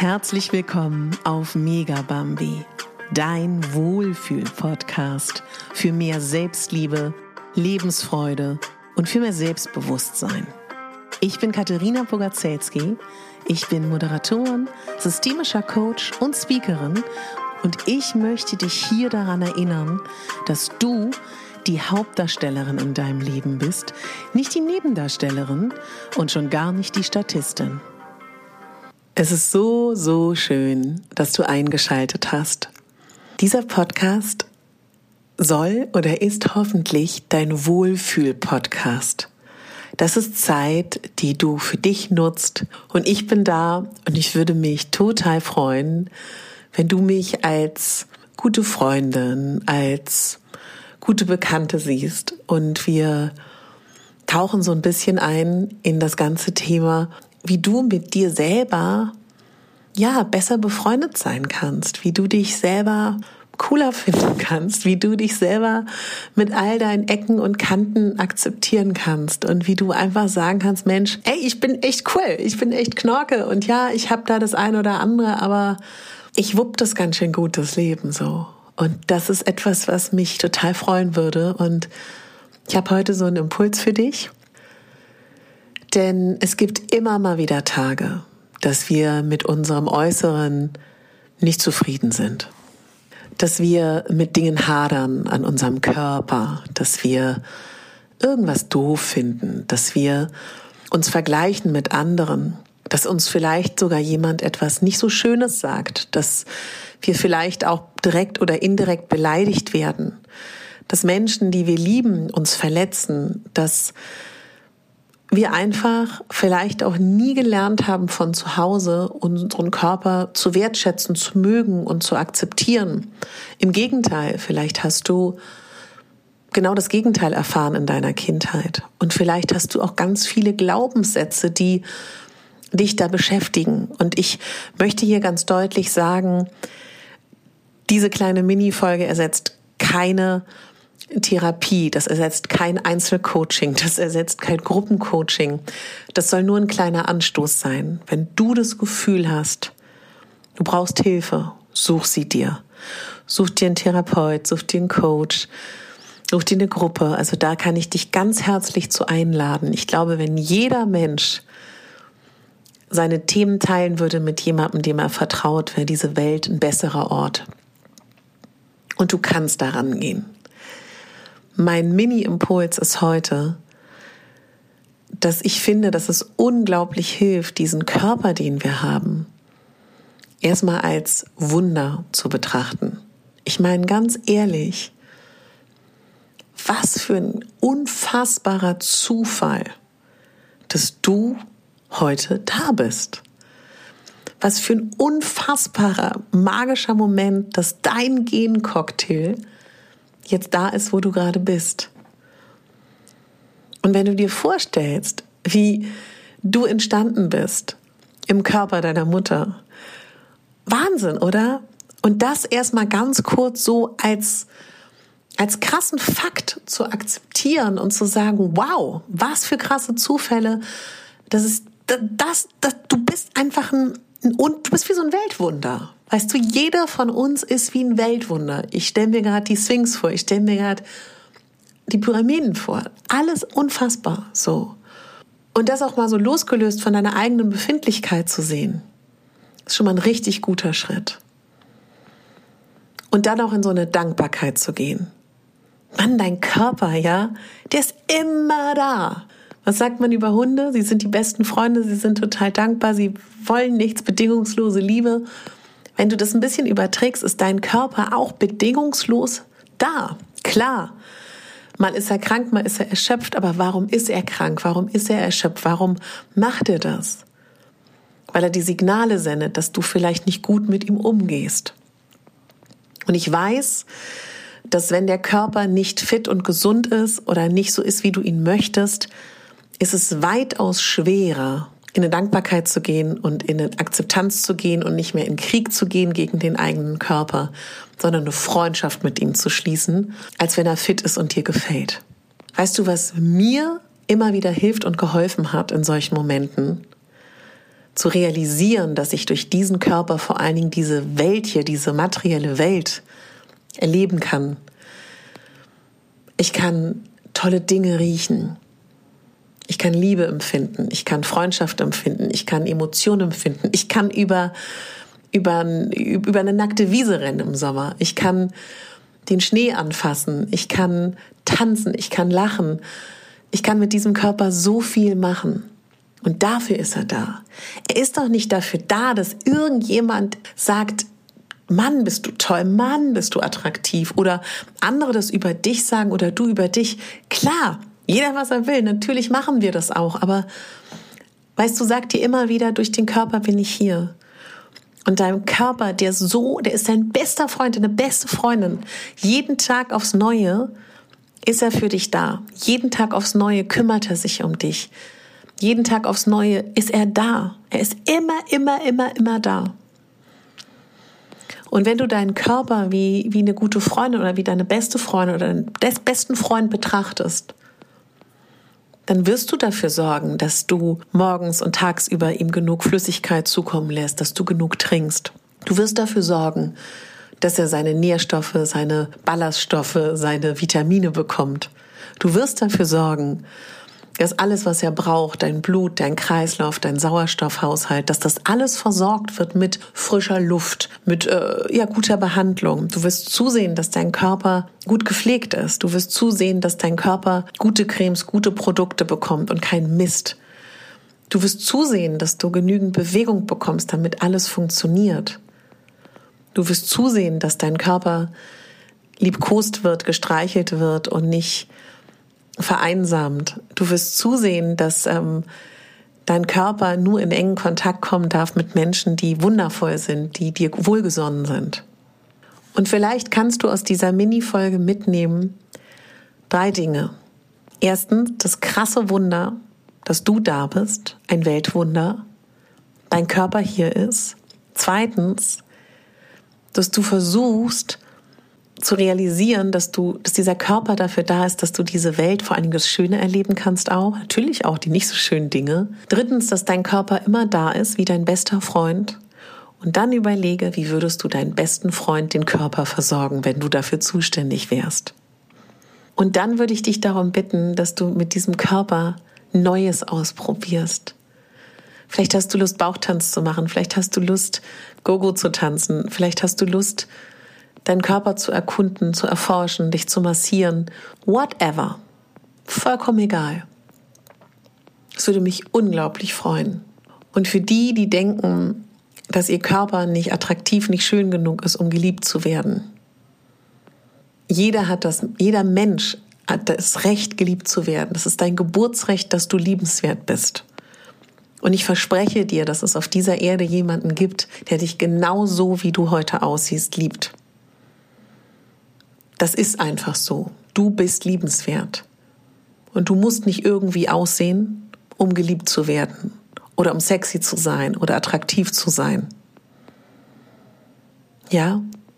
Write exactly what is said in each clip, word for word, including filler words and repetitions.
Herzlich willkommen auf Megabambi, dein Wohlfühl-Podcast für mehr Selbstliebe, Lebensfreude und für mehr Selbstbewusstsein. Ich bin Katharina Bogazelski, ich bin Moderatorin, systemischer Coach und Speakerin und ich möchte dich hier daran erinnern, dass du die Hauptdarstellerin in deinem Leben bist, nicht die Nebendarstellerin und schon gar nicht die Statistin. Es ist so, so schön, dass du eingeschaltet hast. Dieser Podcast soll oder ist hoffentlich dein Wohlfühl-Podcast. Das ist Zeit, die du für dich nutzt und ich bin da und ich würde mich total freuen, wenn du mich als gute Freundin, als gute Bekannte siehst und wir tauchen so ein bisschen ein in das ganze Thema, wie du mit dir selber ja besser befreundet sein kannst, wie du dich selber cooler finden kannst, wie du dich selber mit all deinen Ecken und Kanten akzeptieren kannst und wie du einfach sagen kannst, Mensch, ey, ich bin echt cool, ich bin echt Knorke und ja, ich habe da das ein oder andere, aber ich wupp das ganz schön gut, das Leben so. Und das ist etwas, was mich total freuen würde und ich habe heute so einen Impuls für dich. Denn es gibt immer mal wieder Tage, dass wir mit unserem Äußeren nicht zufrieden sind. Dass wir mit Dingen hadern an unserem Körper, dass wir irgendwas doof finden, dass wir uns vergleichen mit anderen, dass uns vielleicht sogar jemand etwas nicht so Schönes sagt, dass wir vielleicht auch direkt oder indirekt beleidigt werden, dass Menschen, die wir lieben, uns verletzen, dass wir einfach vielleicht auch nie gelernt haben von zu Hause, unseren Körper zu wertschätzen, zu mögen und zu akzeptieren. Im Gegenteil, vielleicht hast du genau das Gegenteil erfahren in deiner Kindheit. Und vielleicht hast du auch ganz viele Glaubenssätze, die dich da beschäftigen. Und ich möchte hier ganz deutlich sagen, diese kleine Mini-Folge ersetzt keine Therapie, das ersetzt kein Einzelcoaching, das ersetzt kein Gruppencoaching. Das soll nur ein kleiner Anstoß sein. Wenn du das Gefühl hast, du brauchst Hilfe, such sie dir. Such dir einen Therapeut, such dir einen Coach, such dir eine Gruppe. Also da kann ich dich ganz herzlich zu einladen. Ich glaube, wenn jeder Mensch seine Themen teilen würde mit jemandem, dem er vertraut, wäre diese Welt ein besserer Ort. Und du kannst daran gehen. Mein Mini-Impuls ist heute, dass ich finde, dass es unglaublich hilft, diesen Körper, den wir haben, erstmal als Wunder zu betrachten. Ich meine ganz ehrlich, was für ein unfassbarer Zufall, dass du heute da bist. Was für ein unfassbarer, magischer Moment, dass dein Gen-Cocktail jetzt da ist, wo du gerade bist. Und wenn du dir vorstellst, wie du entstanden bist im Körper deiner Mutter, Wahnsinn, oder? Und das erstmal ganz kurz so als, als krassen Fakt zu akzeptieren und zu sagen, wow, was für krasse Zufälle, das ist, das, das, du bist einfach ein, ein, du bist wie so ein Weltwunder. Weißt du, jeder von uns ist wie ein Weltwunder. Ich stelle mir gerade die Sphinx vor, ich stelle mir gerade die Pyramiden vor. Alles unfassbar so. Und das auch mal so losgelöst von deiner eigenen Befindlichkeit zu sehen, ist schon mal ein richtig guter Schritt. Und dann auch in so eine Dankbarkeit zu gehen. Mann, dein Körper, ja, der ist immer da. Was sagt man über Hunde? Sie sind die besten Freunde, sie sind total dankbar, sie wollen nichts, bedingungslose Liebe. Wenn du das ein bisschen überträgst, ist dein Körper auch bedingungslos da. Klar, mal ist er krank, mal ist er erschöpft, aber warum ist er krank? Warum ist er erschöpft? Warum macht er das? Weil er die Signale sendet, dass du vielleicht nicht gut mit ihm umgehst. Und ich weiß, dass wenn der Körper nicht fit und gesund ist oder nicht so ist, wie du ihn möchtest, ist es weitaus schwerer, in eine Dankbarkeit zu gehen und in eine Akzeptanz zu gehen und nicht mehr in Krieg zu gehen gegen den eigenen Körper, sondern eine Freundschaft mit ihm zu schließen, als wenn er fit ist und dir gefällt. Weißt du, was mir immer wieder hilft und geholfen hat in solchen Momenten? zu realisieren, dass ich durch diesen Körper vor allen Dingen diese Welt hier, diese materielle Welt erleben kann. Ich kann tolle Dinge riechen. Ich kann Liebe empfinden. Ich kann Freundschaft empfinden. Ich kann Emotionen empfinden. Ich kann über, über, über eine nackte Wiese rennen im Sommer. Ich kann den Schnee anfassen. Ich kann tanzen. Ich kann lachen. Ich kann mit diesem Körper so viel machen. Und dafür ist er da. Er ist doch nicht dafür da, dass irgendjemand sagt, Mann, bist du toll, Mann, bist du attraktiv, oder andere das über dich sagen oder du über dich. Klar, jeder was er will, natürlich machen wir das auch, aber weißt du, sag dir immer wieder, durch den Körper bin ich hier. Und dein Körper, der so, der ist dein bester Freund, deine beste Freundin. Jeden Tag aufs Neue ist er für dich da. Jeden Tag aufs Neue kümmert er sich um dich. Jeden Tag aufs Neue ist er da. Er ist immer, immer, immer, immer da. Und wenn du deinen Körper wie, wie eine gute Freundin oder wie deine beste Freundin oder deinen besten Freund betrachtest, dann wirst du dafür sorgen, dass du morgens und tagsüber ihm genug Flüssigkeit zukommen lässt, dass du genug trinkst. Du wirst dafür sorgen, dass er seine Nährstoffe, seine Ballaststoffe, seine Vitamine bekommt. Du wirst dafür sorgen, dass alles, was er braucht, dein Blut, dein Kreislauf, dein Sauerstoffhaushalt, dass das alles versorgt wird mit frischer Luft, mit äh, ja guter Behandlung. Du wirst zusehen, dass dein Körper gut gepflegt ist. Du wirst zusehen, dass dein Körper gute Cremes, gute Produkte bekommt und kein Mist. Du wirst zusehen, dass du genügend Bewegung bekommst, damit alles funktioniert. Du wirst zusehen, dass dein Körper liebkost wird, gestreichelt wird und nicht vereinsamt. Du wirst zusehen, dass ähm, dein Körper nur in engen Kontakt kommen darf mit Menschen, die wundervoll sind, die dir wohlgesonnen sind. Und vielleicht kannst du aus dieser Mini-Folge mitnehmen drei Dinge. Erstens, das krasse Wunder, dass du da bist, ein Weltwunder, dein Körper hier ist. Zweitens, dass du versuchst, zu realisieren, dass du, dass dieser Körper dafür da ist, dass du diese Welt, vor allem das Schöne erleben kannst auch, natürlich auch die nicht so schönen Dinge. Drittens, dass dein Körper immer da ist, wie dein bester Freund. Und dann überlege, wie würdest du deinen besten Freund, den Körper, versorgen, wenn du dafür zuständig wärst. Und dann würde ich dich darum bitten, dass du mit diesem Körper Neues ausprobierst. Vielleicht hast du Lust, Bauchtanz zu machen, vielleicht hast du Lust, Go-Go zu tanzen, vielleicht hast du Lust, deinen Körper zu erkunden, zu erforschen, dich zu massieren, whatever. Vollkommen egal. Es würde mich unglaublich freuen. Und für die, die denken, dass ihr Körper nicht attraktiv, nicht schön genug ist, um geliebt zu werden. Jeder hat das, jeder Mensch hat das Recht, geliebt zu werden. Das ist dein Geburtsrecht, dass du liebenswert bist. Und ich verspreche dir, dass es auf dieser Erde jemanden gibt, der dich genau so, wie du heute aussiehst, liebt. Das ist einfach so. Du bist liebenswert. Und du musst nicht irgendwie aussehen, um geliebt zu werden oder um sexy zu sein oder attraktiv zu sein. Ja?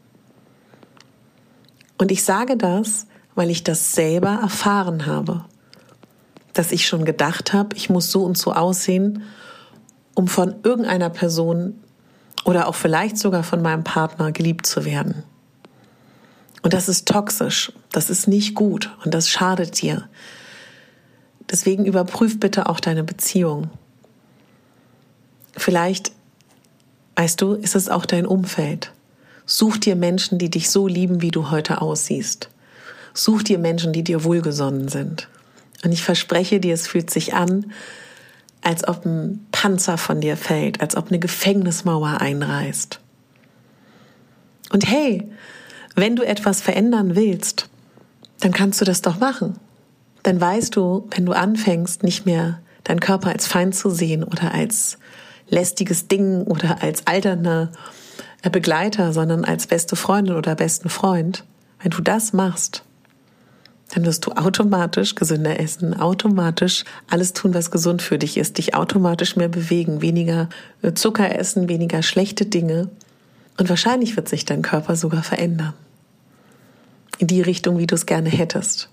Und ich sage das, weil ich das selber erfahren habe. Dass ich schon gedacht habe, ich muss so und so aussehen, um von irgendeiner Person oder auch vielleicht sogar von meinem Partner geliebt zu werden. Und das ist toxisch, das ist nicht gut und das schadet dir. Deswegen überprüf bitte auch deine Beziehung. Vielleicht, weißt du, ist es auch dein Umfeld. Such dir Menschen, die dich so lieben, wie du heute aussiehst. Such dir Menschen, die dir wohlgesonnen sind. Und ich verspreche dir, es fühlt sich an, als ob ein Panzer von dir fällt, als ob eine Gefängnismauer einreißt. Und hey, wenn du etwas verändern willst, dann kannst du das doch machen. Dann weißt du, wenn du anfängst, nicht mehr deinen Körper als Feind zu sehen oder als lästiges Ding oder als alternder Begleiter, sondern als beste Freundin oder besten Freund, wenn du das machst, dann wirst du automatisch gesünder essen, automatisch alles tun, was gesund für dich ist, dich automatisch mehr bewegen, weniger Zucker essen, weniger schlechte Dinge. Und wahrscheinlich wird sich dein Körper sogar verändern. In die Richtung, wie du es gerne hättest.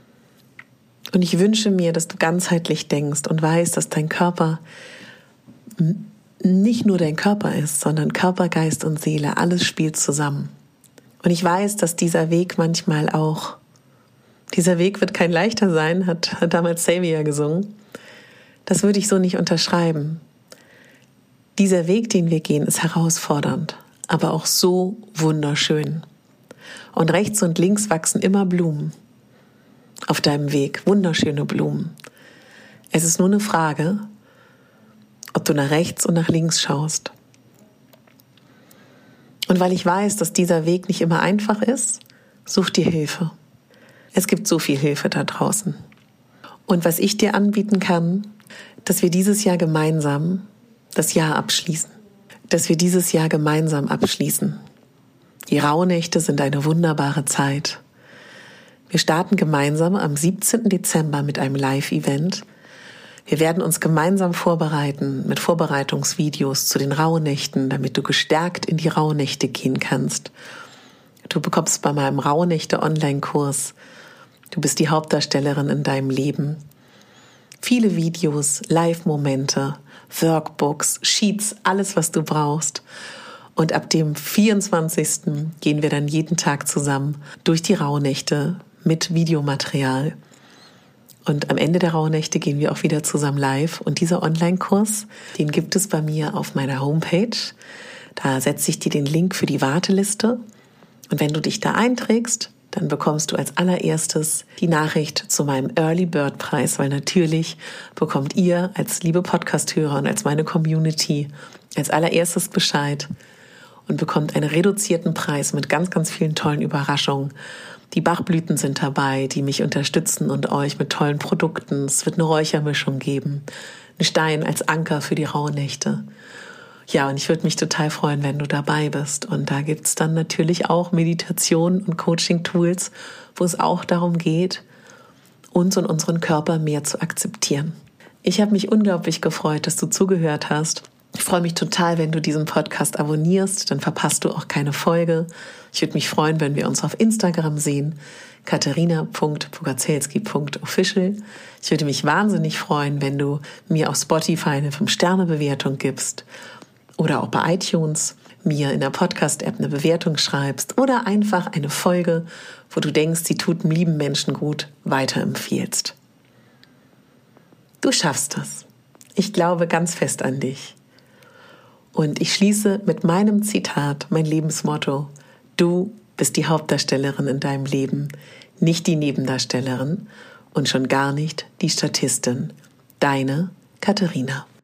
Und ich wünsche mir, dass du ganzheitlich denkst und weißt, dass dein Körper nicht nur dein Körper ist, sondern Körper, Geist und Seele, alles spielt zusammen. Und ich weiß, dass dieser Weg manchmal auch, dieser Weg wird kein leichter sein, hat, hat damals Xavier gesungen. Das würde ich so nicht unterschreiben. Dieser Weg, den wir gehen, ist herausfordernd, aber auch so wunderschön. Und rechts und links wachsen immer Blumen auf deinem Weg, wunderschöne Blumen. Es ist nur eine Frage, ob du nach rechts und nach links schaust. Und weil ich weiß, dass dieser Weg nicht immer einfach ist, such dir Hilfe. Es gibt so viel Hilfe da draußen. Und was ich dir anbieten kann, dass wir dieses Jahr gemeinsam das Jahr abschließen. Dass wir dieses Jahr gemeinsam abschließen. Die Rauhnächte sind eine wunderbare Zeit. Wir starten gemeinsam am siebzehnten Dezember mit einem Live-Event. Wir werden uns gemeinsam vorbereiten mit Vorbereitungsvideos zu den Rauhnächten, damit du gestärkt in die Rauhnächte gehen kannst. Du bekommst bei meinem Rauhnächte-Online-Kurs, du bist die Hauptdarstellerin in deinem Leben, viele Videos, Live-Momente, Workbooks, Sheets, alles, was du brauchst. Und ab dem vierundzwanzigsten gehen wir dann jeden Tag zusammen durch die Rauhnächte mit Videomaterial. Und am Ende der Rauhnächte gehen wir auch wieder zusammen live. Und dieser Online-Kurs, den gibt es bei mir auf meiner Homepage. Da setze ich dir den Link für die Warteliste. Und wenn du dich da einträgst, dann bekommst du als allererstes die Nachricht zu meinem Early Bird Preis, weil natürlich bekommt ihr als liebe Podcast-Hörer und als meine Community als allererstes Bescheid und bekommt einen reduzierten Preis mit ganz, ganz vielen tollen Überraschungen. Die Bachblüten sind dabei, die mich unterstützen und euch mit tollen Produkten. Es wird eine Räuchermischung geben, ein Stein als Anker für die Rauhnächte. Ja, und ich würde mich total freuen, wenn du dabei bist. Und da gibt's dann natürlich auch Meditation und Coaching-Tools, wo es auch darum geht, uns und unseren Körper mehr zu akzeptieren. Ich habe mich unglaublich gefreut, dass du zugehört hast. Ich freue mich total, wenn du diesen Podcast abonnierst, dann verpasst du auch keine Folge. Ich würde mich freuen, wenn wir uns auf Instagram sehen, katharina punkt pogacelski punkt official. Ich würde mich wahnsinnig freuen, wenn du mir auf Spotify eine fünf Sterne Bewertung gibst oder auch bei iTunes mir in der Podcast-App eine Bewertung schreibst oder einfach eine Folge, wo du denkst, sie tut einem lieben Menschen gut, weiterempfiehlst. Du schaffst das. Ich glaube ganz fest an dich. Und ich schließe mit meinem Zitat, mein Lebensmotto: Du bist die Hauptdarstellerin in deinem Leben, nicht die Nebendarstellerin und schon gar nicht die Statistin. Deine Katharina.